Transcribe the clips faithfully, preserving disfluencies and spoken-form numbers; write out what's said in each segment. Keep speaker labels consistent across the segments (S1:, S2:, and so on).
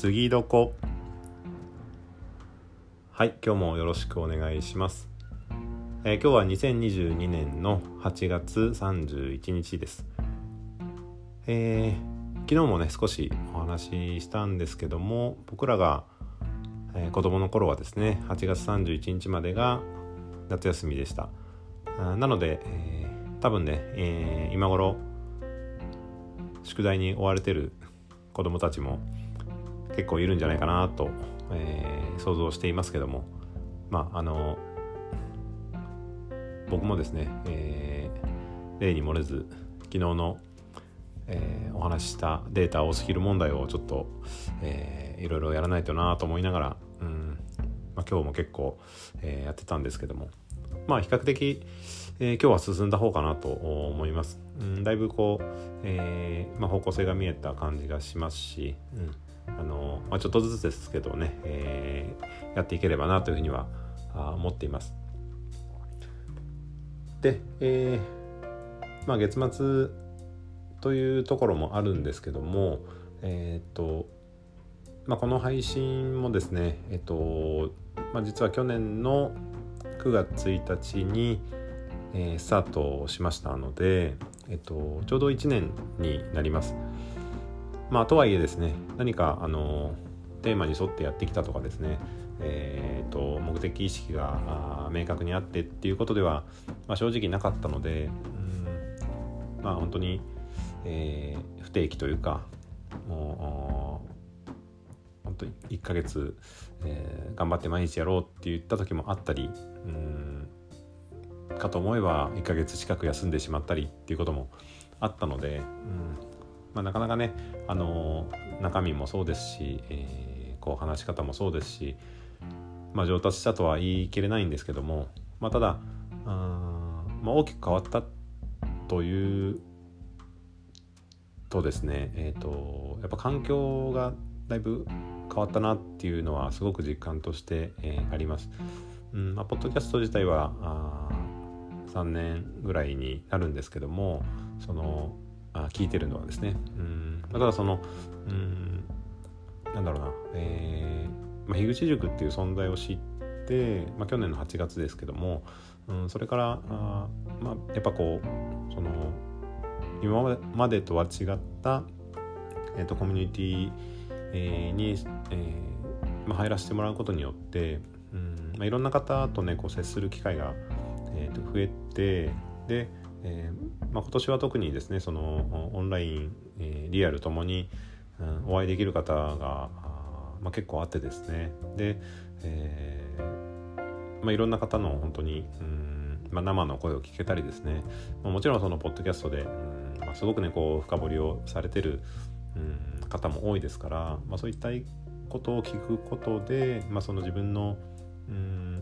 S1: 次どこ。はい、今日もよろしくお願いします。えー、今日はにせんにじゅうにねんのはちがつさんじゅういちにちです。えー、昨日もね少しお話ししたんですけども、僕らが、えー、子供の頃はですねはちがつさんじゅういちにちまでが夏休みでした。あなので、えー、多分ね、えー、今頃宿題に追われてる子供たちも結構いるんじゃないかなと、えー、想像していますけども、まああの僕もですね、えー、例に漏れず昨日の、えー、お話ししたデータ多すぎる問題をちょっと、えー、いろいろやらないとなと思いながら、うんまあ、今日も結構、えー、やってたんですけども、まあ比較的、えー、今日は進んだ方かなと思います。うん、だいぶこう、えーまあ、方向性が見えた感じがしますし、うんあのまあ、ちょっとずつですけどね、えー、やっていければなというふうには思っています。で、えーまあ、月末というところもあるんですけども、えーとまあ、この配信もですね、えーとまあ、実は去年のくがつついたちに、えー、スタートしましたので、えーと、ちょうどいちねんになります。まあ、とはいえですね、何かあのテーマに沿ってやってきたとかですね、えー、と目的意識が明確にあってっていうことでは、まあ、正直なかったので、うんまあ本当に、えー、不定期というか、もう本当にいっかげつ、えー、頑張って毎日やろうって言った時もあったり、うんかと思えばいっかげつ近く休んでしまったりっていうこともあったので、うんまあ、なかなかね、あのー、中身もそうですし、えー、こう話し方もそうですし、まあ、上達したとは言い切れないんですけども、まあ、ただあ、まあ、大きく変わったというとですね、えーと、やっぱ環境がだいぶ変わったなっていうのはすごく実感として、えー、あります。うんまあ、ポッドキャスト自体はあさんねんぐらいになるんですけども、そのあ聞いてるのはですね、うんただそのうんなんだろうな、えーまあ、樋口塾っていう存在を知って、まあ、去年のはちがつですけども、うん、それからあ、まあ、やっぱこうその今までとは違った、えー、とコミュニティ、えー、に、えーまあ、入らせてもらうことによって、うんまあ、いろんな方とねこう接する機会が、えー、と増えて、で、えーまあ、今年は特にですねそのオンライン、えー、リアルともに、うん、お会いできる方が、まあ、結構あってですね、で、えーまあ、いろんな方の本当に、うんまあ、生の声を聞けたりですね、まあ、もちろんそのポッドキャストで、うんまあ、すごくねこう深掘りをされてる、うん、方も多いですから、まあ、そういったことを聞くことで、まあ、その自分の、うん、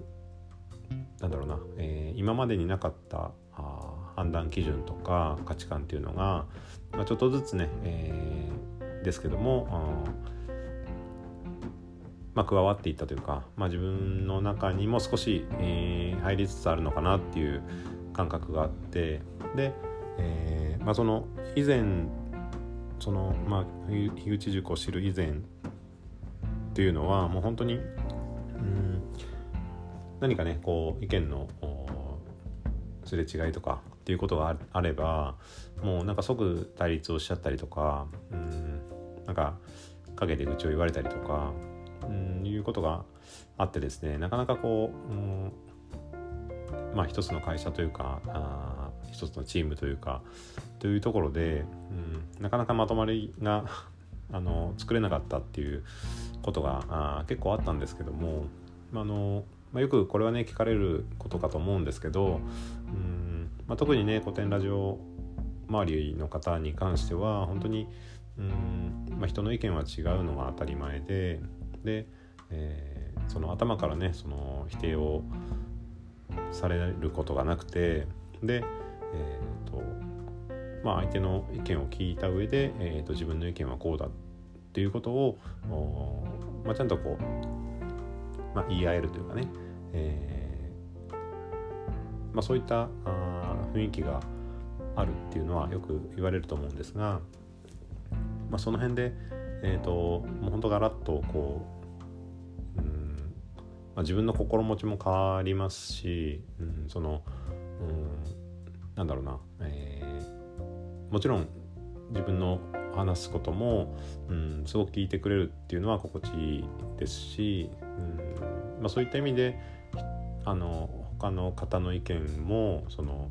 S1: なんだろうな、えー、今までになかったあ判断基準とか価値観っていうのが、まあ、ちょっとずつね、えー、ですけども、まあ、加わっていったというか、まあ、自分の中にも少し、えー、入りつつあるのかなっていう感覚があって、で、えーまあ、その以前その、まあ、樋口塾を知る以前っていうのはもう本当にうん何かねこう意見のすれ違いとかっていうことがあればもうなんか即対立をしちゃったりとか、うんなんか陰で愚痴を言われたりとか、うんいうことがあってですね、なかなかこう、うんまあ一つの会社というかあ一つのチームというかというところで、うん、なかなかまとまりがあの作れなかったっていうことがあ結構あったんですけども、あのまあ、よくこれはね聞かれることかと思うんですけど、うんまあ、特にね古典ラジオ周りの方に関しては本当にうん、まあ、人の意見は違うのが当たり前で、で、えー、その頭からねその否定をされることがなくて、で、えーとまあ、相手の意見を聞いた上で、えーと自分の意見はこうだっていうことを、まあ、ちゃんとこう、まあ、言い合えるというかね、えーまあ、そういったあ雰囲気があるっていうのはよく言われると思うんですが、まあ、その辺で、 えーと、もう本当ガラッとこう、うんまあ、自分の心持ちも変わりますし、うん、その、うん、なんだろうな、えー、もちろん自分の話すことも、うん、すごく聞いてくれるっていうのは心地いいですし、うんまあ、そういった意味であの他の方の意見もその、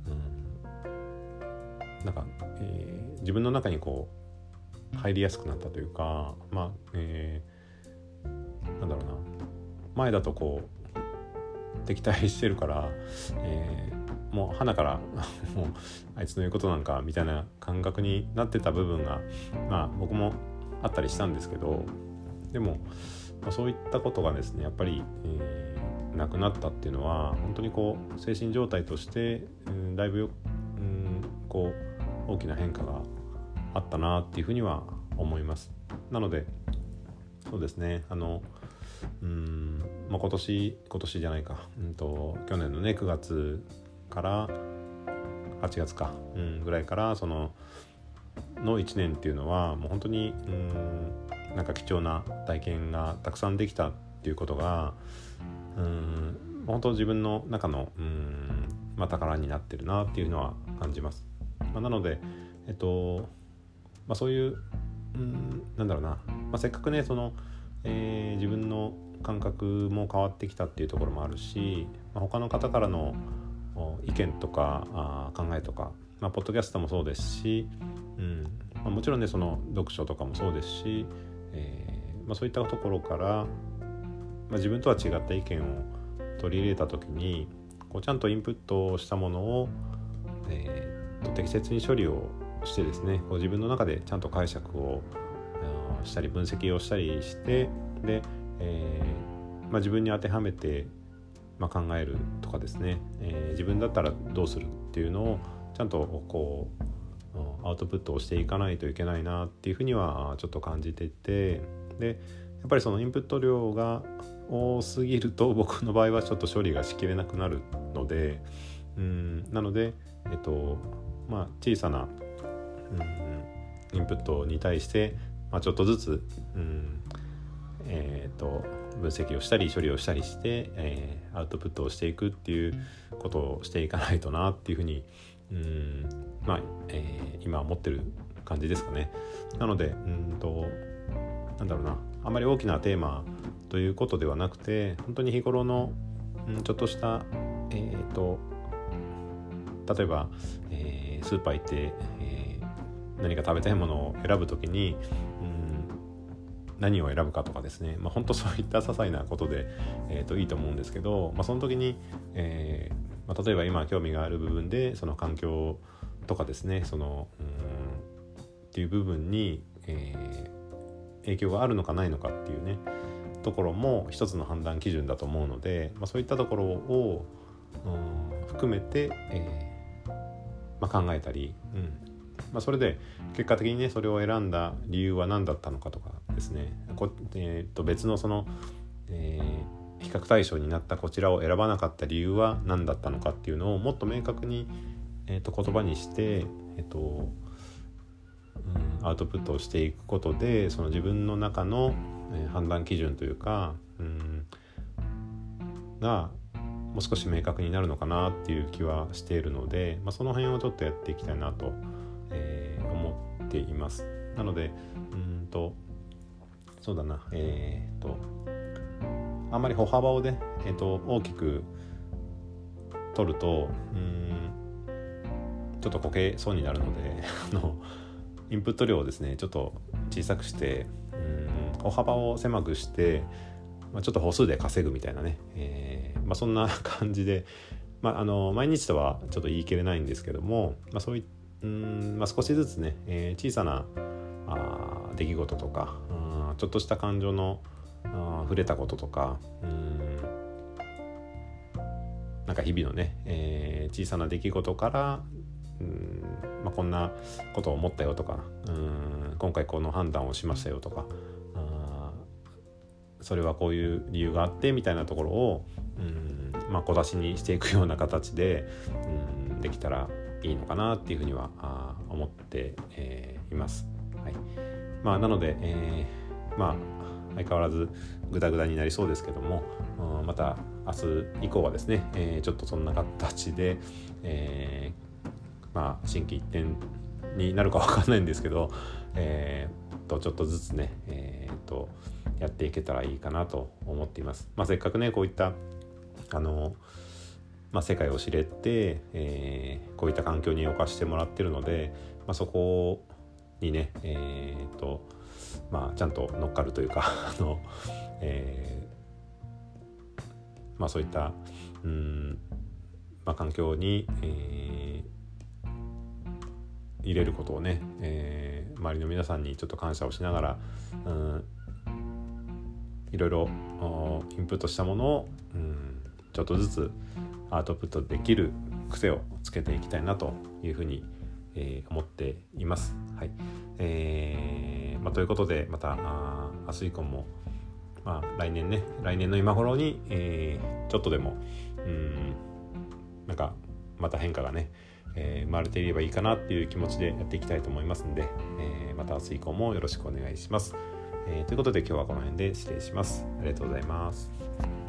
S1: うん、なんか、えー、自分の中にこう入りやすくなったというか、まあえー、なんだろうな、前だとこう敵対してるから、えー、もう花からもうあいつの言うことなんかみたいな感覚になってた部分が、まあ、僕もあったりしたんですけど、でも、まあ、そういったことがですねやっぱり、えー、なくなったっていうのは本当にこう精神状態として、うん、だいぶよ、うん、こう大きな変化があったなっていうふうには思います。なのでそうですね、あのうーん、まあ、今年今年じゃないか、うんと去年のねくがつからはちがつか、うん、ぐらいからそののいちねんっていうのはもう本当にうーんなんか貴重な体験がたくさんできたっていうことがうーん本当自分の中のうーん、まあ、宝になってるなっていうのは感じます。まあ、なのでえっとまあ、そういう、うーんなんだろうな、まあ、せっかくねその、えー、自分の感覚も変わってきたっていうところもあるし、まあ、他の方からの意見とかあ考えとか、まあ、ポッドキャストもそうですし、うんまあ、もちろんねその読書とかもそうですし、えーまあ、そういったところから、まあ、自分とは違った意見を取り入れた時にこうちゃんとインプットしたものを、えー、と適切に処理をしてですね、こう自分の中でちゃんと解釈をしたり分析をしたりしてで、えーまあ、自分に当てはめて、まあ、考えるとかですね、えー、自分だったらどうするっていうのをちゃんとこうアウトプットをしていかないといけないなっていうふうにはちょっと感じていて、でやっぱりそのインプット量が多すぎると僕の場合はちょっと処理がしきれなくなるので、うんなのでえっとまあ小さなうん、インプットに対して、まあ、ちょっとずつ、うんえー、と分析をしたり処理をしたりして、えー、アウトプットをしていくっていうことをしていかないとなっていうふうに、うんまあえー、今思ってる感じですかね。なのでうんとなんだろうな、あまり大きなテーマということではなくて本当に日頃の、うん、ちょっとした、えー、と例えば、えー、スーパー行って、えー何か食べたいものを選ぶときに、うん、何を選ぶかとかですね、まあ、本当そういった些細なことで、えー、といいと思うんですけど、まあ、その時に、えーまあ、例えば今興味がある部分でその環境とかですねその、うん、っていう部分に、えー、影響があるのかないのかっていうねところも一つの判断基準だと思うので、まあ、そういったところを、うん、含めて、えーまあ、考えたり、うんまあ、それで結果的にねそれを選んだ理由は何だったのかとかですね、こ、えー、と別のその、えー、比較対象になったこちらを選ばなかった理由は何だったのかっていうのをもっと明確に、えー、と言葉にして、えーとうん、アウトプットをしていくことでその自分の中の、えー、判断基準というか、うん、がもう少し明確になるのかなっていう気はしているので、まあ、その辺をちょっとやっていきたいなとえー、思っています。なのでうんとそうだなえー、とあんまり歩幅をね、えー、と大きく取るとうんちょっとこけそうになるのであのインプット量をですねちょっと小さくしてうん歩幅を狭くして、まあ、ちょっと歩数で稼ぐみたいなね、えーまあ、そんな感じで、まあ、あの毎日とはちょっと言い切れないんですけども、まあ、そういったうんまあ、少しずつね、えー、小さなあ出来事とかあちょっとした感情のあ触れたこととかうんなんか日々のね、えー、小さな出来事からうん、まあ、こんなことを思ったよとかうん今回この判断をしましたよとかあそれはこういう理由があってみたいなところをうん、まあ、小出しにしていくような形でうんできたらいいのかなっていうふうには思って、えー、います。 はい、まあなので、えー、まあ相変わらずグダグダになりそうですけども、うん、また明日以降はですね、えー、ちょっとそんな形で、えー、まあ心機一転になるか分かんないんですけど、えー、とちょっとずつね、えー、とやっていけたらいいかなと思っています。まあ、せっかくねこういったあの、まあ、世界を知れて、えー、こういった環境に置かしてもらってるので、まあ、そこにね、えーとまあ、ちゃんと乗っかるというかあの、えーまあ、そういったうん、まあ、環境に、えー、入れることをね、えー、周りの皆さんにちょっと感謝をしながら、うん、いろいろインプットしたものを、うん、ちょっとずつアウトプットできる癖をつけていきたいなというふうに、えー、思っています。はい、えーまあ、ということでまた明日以降も、まあ、来年ね来年の今頃に、えー、ちょっとでもうんなんかまた変化がね、えー、生まれていればいいかなっていう気持ちでやっていきたいと思いますので、えー、また明日以降もよろしくお願いします。えー、ということで今日はこの辺で失礼します。ありがとうございます。